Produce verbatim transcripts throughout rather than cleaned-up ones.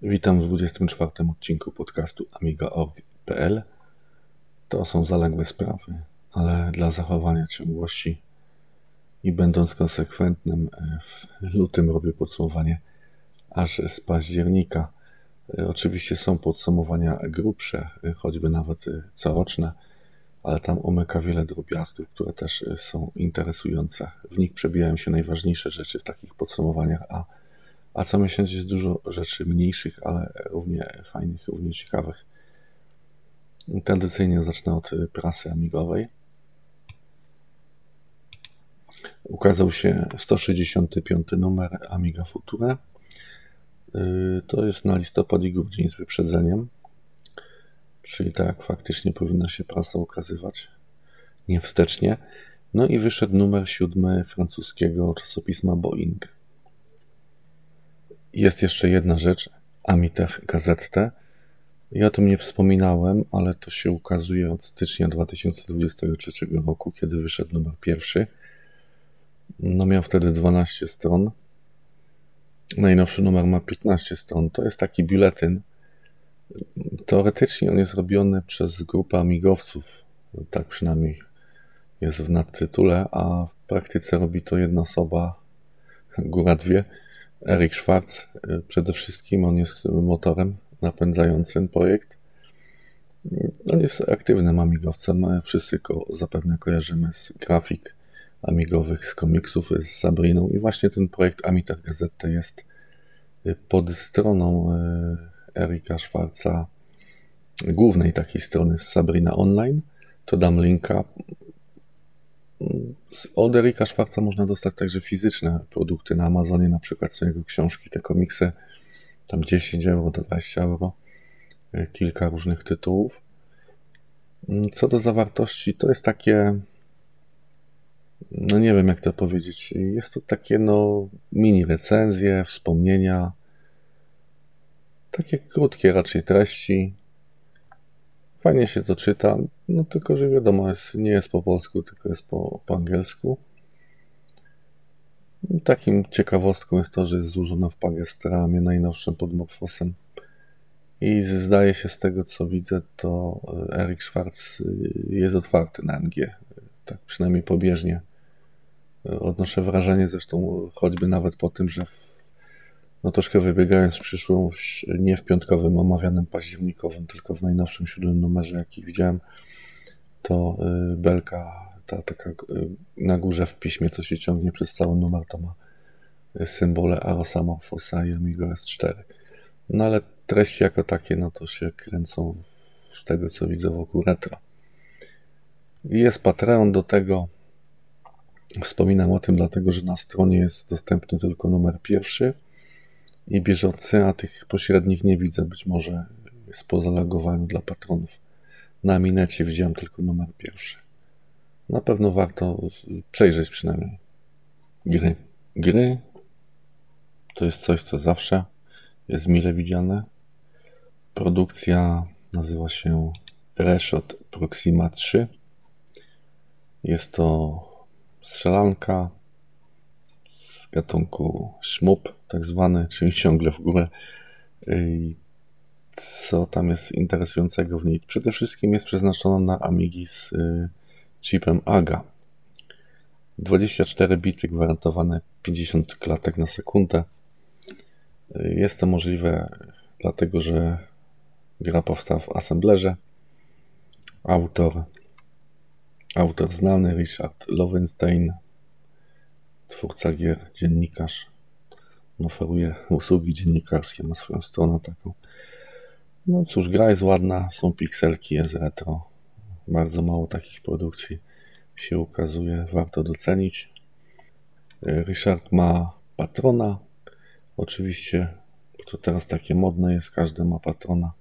Witam w dwudziestym czwartym odcinku podcastu amiga kropka org kropka p l. To są zaległe sprawy, ale dla zachowania ciągłości i będąc konsekwentnym, w lutym robię podsumowanie aż z października. Oczywiście są podsumowania grubsze, choćby nawet coroczne, ale tam omyka wiele drobiazgów, które też są interesujące. W nich przebijają się najważniejsze rzeczy w takich podsumowaniach, a A co miesiąc jest dużo rzeczy mniejszych, ale równie fajnych, równie ciekawych. Tradycyjnie zacznę od prasy amigowej. Ukazał się sto sześćdziesiąty piąty numer Amiga Futura. To jest na listopad i grudzień z wyprzedzeniem. Czyli tak faktycznie powinna się prasa ukazywać. Nie wstecznie. No i wyszedł numer siódmy francuskiego czasopisma Boing. Jest jeszcze jedna rzecz, Amitech Gazette. Ja o tym nie wspominałem, ale to się ukazuje od stycznia dwa tysiące dwudziestego trzeciego roku, kiedy wyszedł numer pierwszy. No miał wtedy dwanaście stron. Najnowszy numer ma piętnaście stron. To jest taki biuletyn. Teoretycznie on jest robiony przez grupę amigowców. Tak przynajmniej jest w nadtytule, a w praktyce robi to jedna osoba, góra dwie. Erik Schwarz. Przede wszystkim on jest motorem napędzającym projekt. On jest aktywnym amigowcem. Wszyscy go zapewne kojarzymy z grafik amigowych, z komiksów, z Sabriną i właśnie ten projekt Amitech Gazette jest pod stroną Erika Schwarza, głównej takiej strony z Sabrina Online. To dam linka. Od Erika Schwarza można dostać także fizyczne produkty na Amazonie, na przykład są jego książki, te komiksy, tam dziesięć euro do dwudziestu euro, kilka różnych tytułów. Co do zawartości, to jest takie, no nie wiem jak to powiedzieć, jest to takie no mini recenzje, wspomnienia, takie krótkie raczej treści. Fajnie się to czyta, no tylko że wiadomo, jest, nie jest po polsku, tylko jest po, po angielsku. Takim ciekawostką jest to, że jest złożona w Pagestramie, najnowszym pod Morphosem. I zdaje się z tego, co widzę, to Erik Schwarz jest otwarty na N G. Tak przynajmniej pobieżnie odnoszę wrażenie, zresztą choćby nawet po tym, że w, no troszkę wybiegając w przyszłość, nie w piątkowym omawianym październikowym, tylko w najnowszym siódmym numerze, jaki widziałem, to belka, ta taka na górze w piśmie, co się ciągnie przez cały numer, to ma symbole Arosa, Morphosa i Amiga S cztery. No ale treści jako takie, no to się kręcą z tego, co widzę wokół retro. Jest Patreon do tego. Wspominam o tym dlatego, że na stronie jest dostępny tylko numer pierwszy i bieżący, a tych pośrednich nie widzę. Być może jest po zalogowaniu dla patronów. Na Aminecie widziałem tylko numer pierwszy. Na pewno warto przejrzeć przynajmniej. Gry. Gry to jest coś, co zawsze jest mile widziane. Produkcja nazywa się Reshot Proxima trzy. Jest to strzelanka z gatunku szmup, tak zwany, czyli ciągle w górę. I co tam jest interesującego w niej? Przede wszystkim jest przeznaczona na Amigi z chipem A G A. dwadzieścia cztery bity, gwarantowane pięćdziesiąt klatek na sekundę. Jest to możliwe dlatego, że gra powstała w assemblerze. Autor Autor znany, Richard Lowenstein, twórca gier, dziennikarz, oferuje usługi dziennikarskie, ma swoją stronę taką. No cóż, gra jest ładna, są pikselki, jest retro. Bardzo mało takich produkcji się ukazuje, warto docenić. Richard ma patrona, oczywiście, to teraz takie modne jest, każdy ma patrona.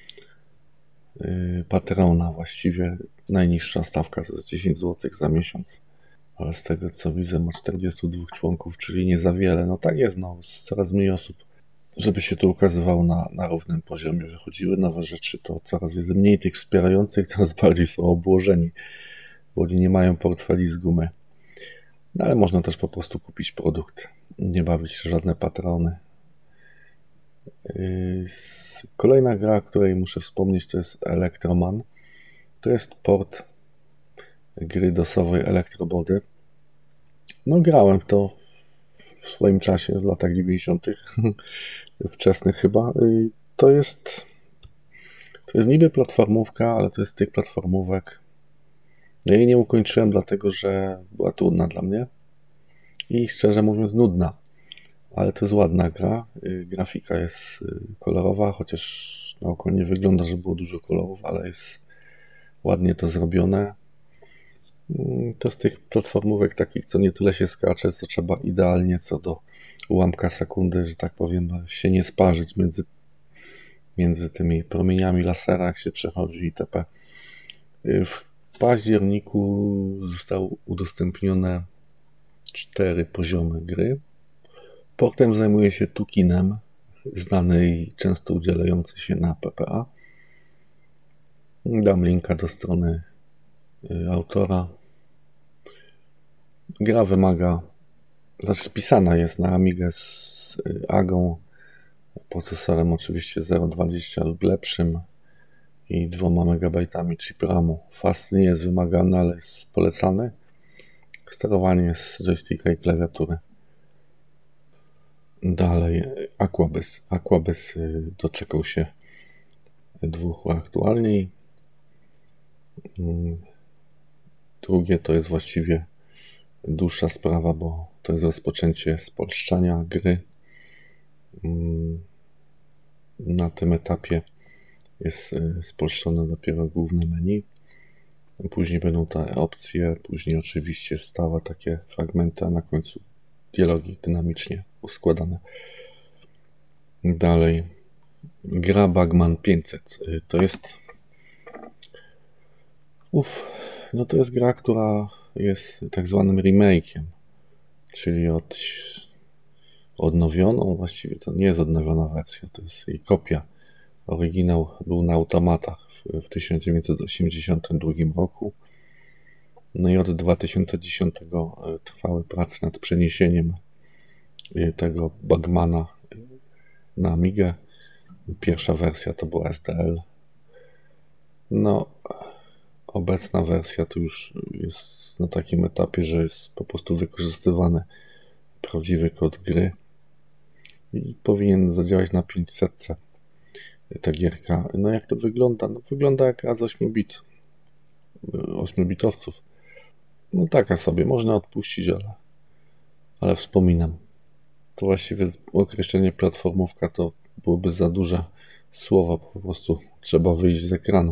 Patrona właściwie, najniższa stawka to jest dziesięć złotych za miesiąc, ale z tego co widzę ma czterdziestu dwóch członków, czyli nie za wiele. No tak jest, no, coraz mniej osób, żeby się to ukazywało na, na równym poziomie, wychodziły nowe rzeczy, to coraz jest mniej tych wspierających, coraz bardziej są obłożeni, bo oni nie mają portfeli z gumy. No ale można też po prostu kupić produkt, nie bawić się żadne patrony. Kolejna gra, o której muszę wspomnieć, to jest Electroman. To jest port gry dosowej Electrobody. No grałem w to w swoim czasie, w latach dziewięćdziesiątych wczesnych chyba. To jest to jest niby platformówka, ale to jest z tych platformówek. Ja jej nie ukończyłem, dlatego że była trudna dla mnie i szczerze mówiąc nudna. Ale to jest ładna gra. Grafika jest kolorowa, chociaż na oko nie wygląda, że było dużo kolorów, ale jest ładnie to zrobione. To z tych platformówek takich, co nie tyle się skacze, co trzeba idealnie co do ułamka sekundy, że tak powiem, się nie sparzyć między, między tymi promieniami lasera, jak się przechodzi itp. W październiku zostały udostępnione cztery poziomy gry. Portem zajmuje się Tukinem, znany i często udzielający się na P P A. Dam linka do strony autora. Gra wymaga, znaczy pisana jest na Amigę z Agą, procesorem oczywiście zero przecinek dwadzieścia lub lepszym i dwoma megabajtami chip ramu. Fast nie jest wymagany, ale jest polecany. Sterowanie z joysticka i klawiatury. Dalej Aquabus. Aquabus doczekał się dwóch aktualniej. Drugie to jest właściwie dłuższa sprawa, bo to jest rozpoczęcie spolszczania gry. Na tym etapie jest spolszczone dopiero główne menu. Później będą te opcje, później oczywiście stałe takie fragmenty, a na końcu dialogi dynamicznie uskładane. Dalej gra Bugman pięćset. To jest uf, no to jest gra, która jest tak zwanym remake'iem, czyli od odnowioną, właściwie to nie jest odnowiona wersja, to jest jej kopia. Oryginał był na automatach w, w tysiąc dziewięćset osiemdziesiątym drugim roku. No i od dwa tysiące dziesiątego trwały prace nad przeniesieniem tego Bugmana na Amigę. Pierwsza wersja to była S D L. No, obecna wersja to już jest na takim etapie, że jest po prostu wykorzystywany prawdziwy kod gry i powinien zadziałać na pięćsetce ta gierka. No jak to wygląda? No wygląda jak gra z osiem bit, ośmiobitowców. No taka sobie, można odpuścić, ale, ale wspominam. To właściwie określenie platformówka to byłoby za duże słowa, po prostu trzeba wyjść z ekranu.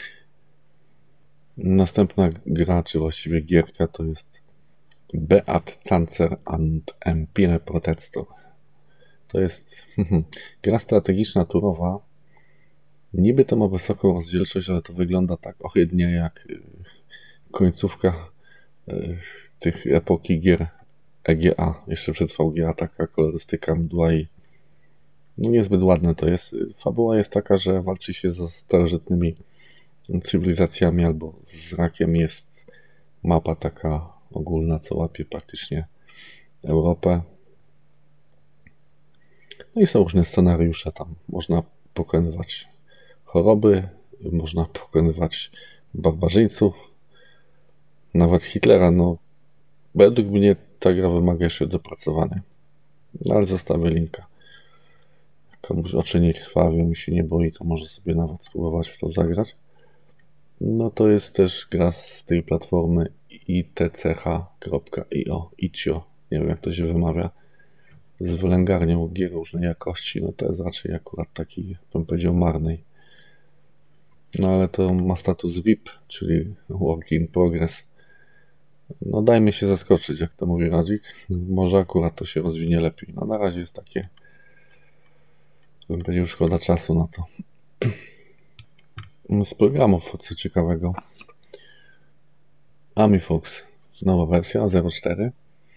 Następna gra, czy właściwie gierka, to jest Beat Cancer and Empire Protector. To jest gra strategiczna turowa. Niby to ma wysoką rozdzielczość, ale to wygląda tak ohydnie jak końcówka tych epoki gier E G A, jeszcze przed V G A, taka kolorystyka mdła i no niezbyt ładne to jest. Fabuła jest taka, że walczy się ze starożytnymi cywilizacjami albo z rakiem. Jest mapa taka ogólna, co łapie praktycznie Europę. No i są różne scenariusze tam. Można pokonywać choroby, można pokonywać barbarzyńców, nawet Hitlera. No, według mnie ta gra wymaga jeszcze dopracowania. No, ale zostawię linka. Komuś oczy nie krwawią i się nie boi, to może sobie nawet spróbować w to zagrać. No to jest też gra z tej platformy i t c h kropka i o, Itch.io, nie wiem jak to się wymawia, z wylęgarnią gier różnej jakości. No to jest raczej akurat taki, bym powiedział, marnej. No ale to ma status V I P, czyli Work in Progress. No dajmy się zaskoczyć, jak to mówi Radzik. Może akurat to się rozwinie lepiej. No na razie jest takie, bym powiedział, szkoda czasu na to. Z programów, co ciekawego, AmiFox, nowa wersja zero cztery.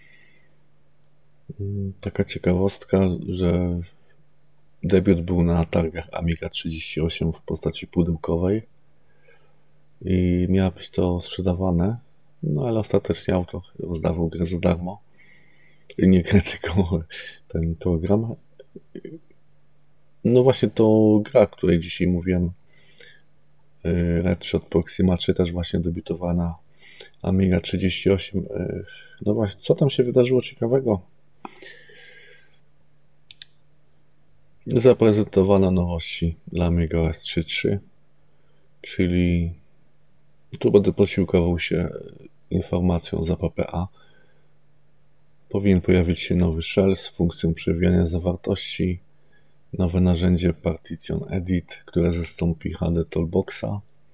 Taka ciekawostka, że debiut był na targach Amiga trzydzieści osiem w postaci pudełkowej i miało być to sprzedawane, no ale ostatecznie autor rozdawał grę za darmo. I nie grę, tylko ten program. No właśnie to gra, o której dzisiaj mówiłem, Red Shot Proxima trzy, też właśnie debiutowała na Amiga trzydzieści osiem. No właśnie, co tam się wydarzyło ciekawego? Zaprezentowano nowości dla Amiga O S trzy kropka trzy, czyli tu będę posiłkował się informacją z A P P A. Powinien pojawić się nowy shell z funkcją przewijania zawartości, nowe narzędzie Partition Edit, które zastąpi H D Toolboxa.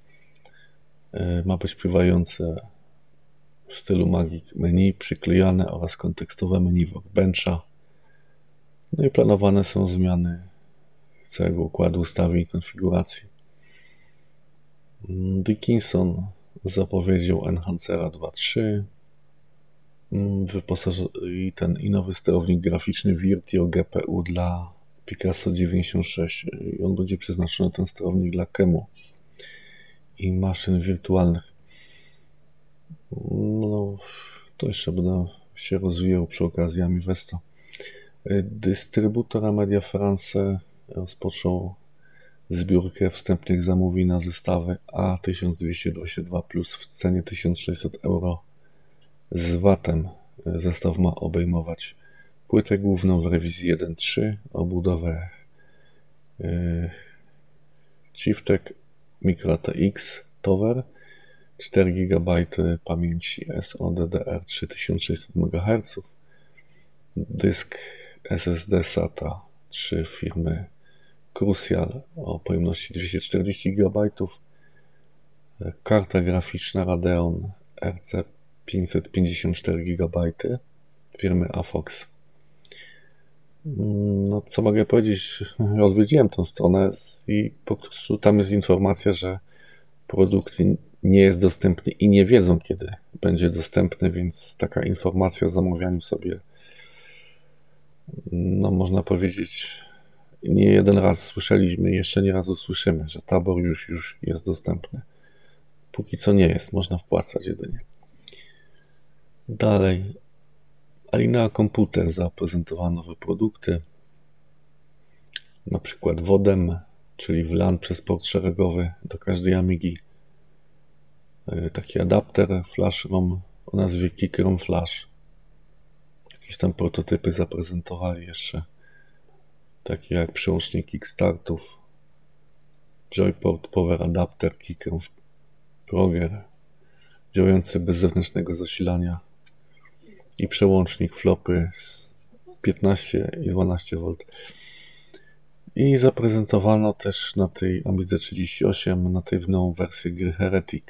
Ma być pływające w stylu Magic menu przyklejane oraz kontekstowe menu Workbencha. No i planowane są zmiany całego układu ustawień i konfiguracji. Dickinson zapowiedział Enhancera dwa trzy i ten i nowy sterownik graficzny Virtio G P U dla Picasso dziewięćdziesiąt sześć. I on będzie przeznaczony, ten sterownik, dla Kemu i maszyn wirtualnych. No, to jeszcze będę się rozwijał przy okazji Amivesta. Dystrybutor Media France rozpoczął zbiórkę wstępnych zamówień na zestawy A tysiąc dwieście dwadzieścia dwa plus w cenie tysiąc sześćset euro z vatem. Zestaw ma obejmować płytę główną w rewizji jeden trzy, obudowę yy, Chieftec Micro T X Tower, cztery gigabajty pamięci S O D D R tysiąc sześćset megaherców, dysk S S D SATA trzy firmy Crucial o pojemności dwieście czterdzieści gigabajtów, karta graficzna Radeon R C pięćset pięćdziesiąt cztery gigabajty firmy Afox. No, co mogę powiedzieć? Odwiedziłem tę stronę i po prostu tam jest informacja, że produkt nie jest dostępny i nie wiedzą, kiedy będzie dostępny, więc taka informacja o zamawianiu sobie, no można powiedzieć, nie jeden raz słyszeliśmy, jeszcze nie raz usłyszymy, że tabor już, już jest dostępny. Póki co nie jest, można wpłacać jedynie. Dalej, Alinea Komputer zaprezentowała nowe produkty, na przykład Wodem, czyli W LAN przez port szeregowy do każdej Amigi. Taki adapter Flash ROM o nazwie KickROM Flash. Jakieś tam prototypy zaprezentowali jeszcze, takie jak przełącznik Kickstartów, Joyport Power Adapter KickROM Proger, działający bez zewnętrznego zasilania, i przełącznik flopy z piętnaście i dwanaście wolt. I zaprezentowano też na tej Amidze trzydzieści osiem natywną wersję gry Heretic.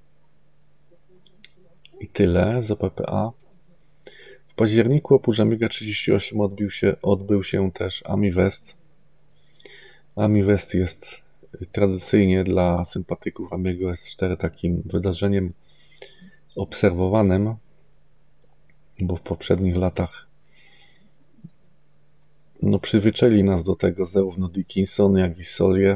I tyle z A P P A. W październiku oprócz Amiga trzydzieści osiem odbił się, odbył się też Amivest. Amivest jest tradycyjnie dla sympatyków Amiga O S cztery takim wydarzeniem obserwowanym, bo w poprzednich latach no, przyzwyczaili nas do tego zarówno Dickinson, jak i Solie,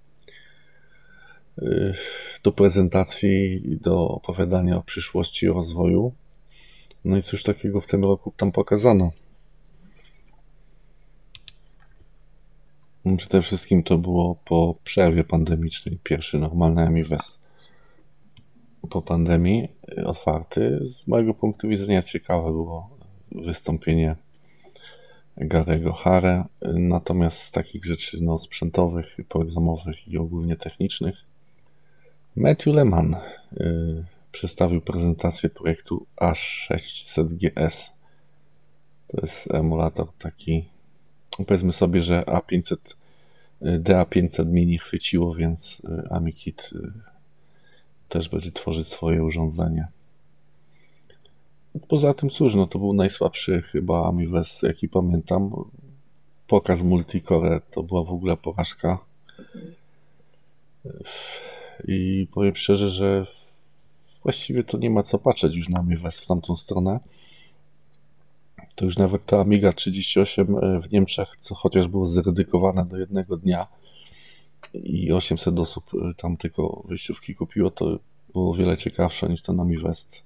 do prezentacji i do opowiadania o przyszłości i rozwoju. No i cóż takiego w tym roku tam pokazano? Przede wszystkim to było po przerwie pandemicznej, pierwszy normalny Amivest po pandemii otwarty. Z mojego punktu widzenia ciekawe było wystąpienie Gary'ego Hare, natomiast z takich rzeczy no, sprzętowych, programowych i ogólnie technicznych Matthew Lehman y, przedstawił prezentację projektu A sześćset G S. To jest emulator taki, powiedzmy sobie, że A pięćset, D A pięćset mini chwyciło, więc AmiKit y, też będzie tworzyć swoje urządzenie. Poza tym cóż, no to był najsłabszy chyba Amivest, jaki pamiętam. Pokaz multicore to była w ogóle porażka. I powiem szczerze, że właściwie to nie ma co patrzeć już na Amivest w tamtą stronę. To już nawet ta Amiga trzydzieści osiem w Niemczech, co chociaż było zredukowane do jednego dnia i osiemset osób tam tylko wyjściówki kupiło, to było o wiele ciekawsze niż ten Amivest.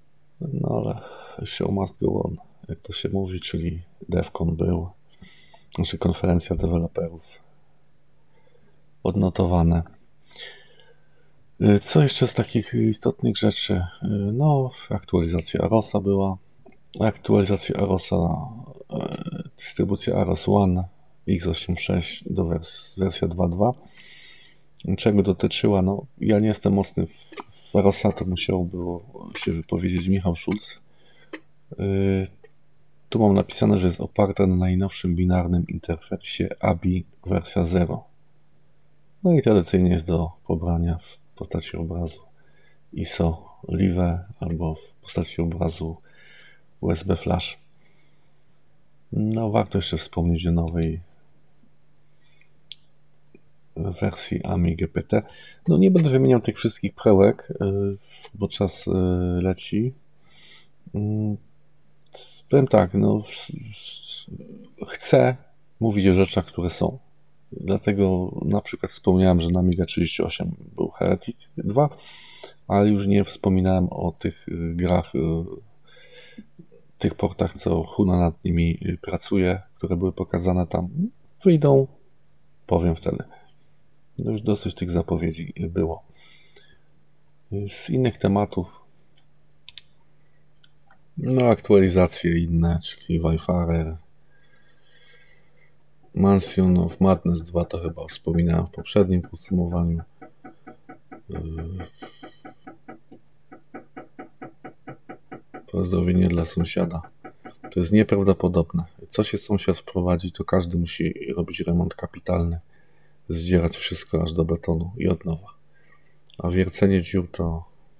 No ale show must go on, jak to się mówi, czyli DEFCON był. znaczy konferencja deweloperów odnotowane. Co jeszcze z takich istotnych rzeczy? No, aktualizacja Arosa była. Aktualizacja Arosa, dystrybucja Aros One X osiemdziesiąt sześć do wers wersja dwa dwa. Czego dotyczyła? No, ja nie jestem mocny w Arosa, to musiał było się wypowiedzieć Michał Schulz. Tu mam napisane, że jest oparta na najnowszym binarnym interfejsie A B I wersja zero. No i tradycyjnie jest do pobrania w postaci obrazu I S O Live albo w postaci obrazu U S B Flash. No warto jeszcze wspomnieć o nowej wersji A M I G P T. No nie będę wymieniał tych wszystkich perełek, bo czas leci. Powiem tak, no chcę mówić o rzeczach, które są. Dlatego na przykład wspomniałem, że na Amiga trzydzieści osiem był Heretic dwa, ale już nie wspominałem o tych grach, tych portach, co Huna nad nimi pracuje, które były pokazane tam. Wyjdą, powiem wtedy. No już dosyć tych zapowiedzi było. Z innych tematów, no aktualizacje inne, czyli Wayfarer, Mansion of Madness dwa, to chyba wspominałem w poprzednim podsumowaniu. Pozdrowienie dla sąsiada. To jest nieprawdopodobne. Co się sąsiad wprowadzi, to każdy musi robić remont kapitalny. Zdzierać wszystko aż do betonu i od nowa. A wiercenie dziur to...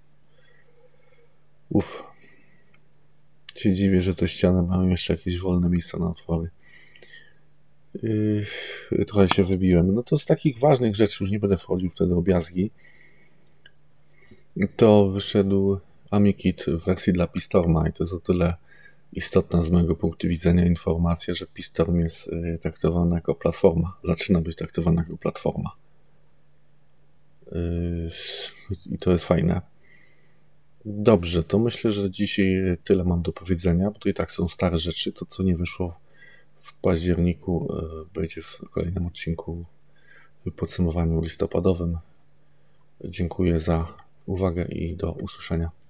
Uff. Się dziwię, że te ściany mają jeszcze jakieś wolne miejsca na otwory. Yy, trochę się wybiłem. No to z takich ważnych rzeczy, już nie będę wchodził w te drobiazgi, to wyszedł AmiKit w wersji dla Pistorma i to jest o tyle istotna z mojego punktu widzenia informacja, że Pistorm jest traktowany jako platforma. Zaczyna być traktowany jako platforma. Yy, I to jest fajne. Dobrze, to myślę, że dzisiaj tyle mam do powiedzenia, bo to i tak są stare rzeczy. To, co nie wyszło w październiku, będzie w kolejnym odcinku, w podsumowaniu listopadowym. Dziękuję za uwagę i do usłyszenia.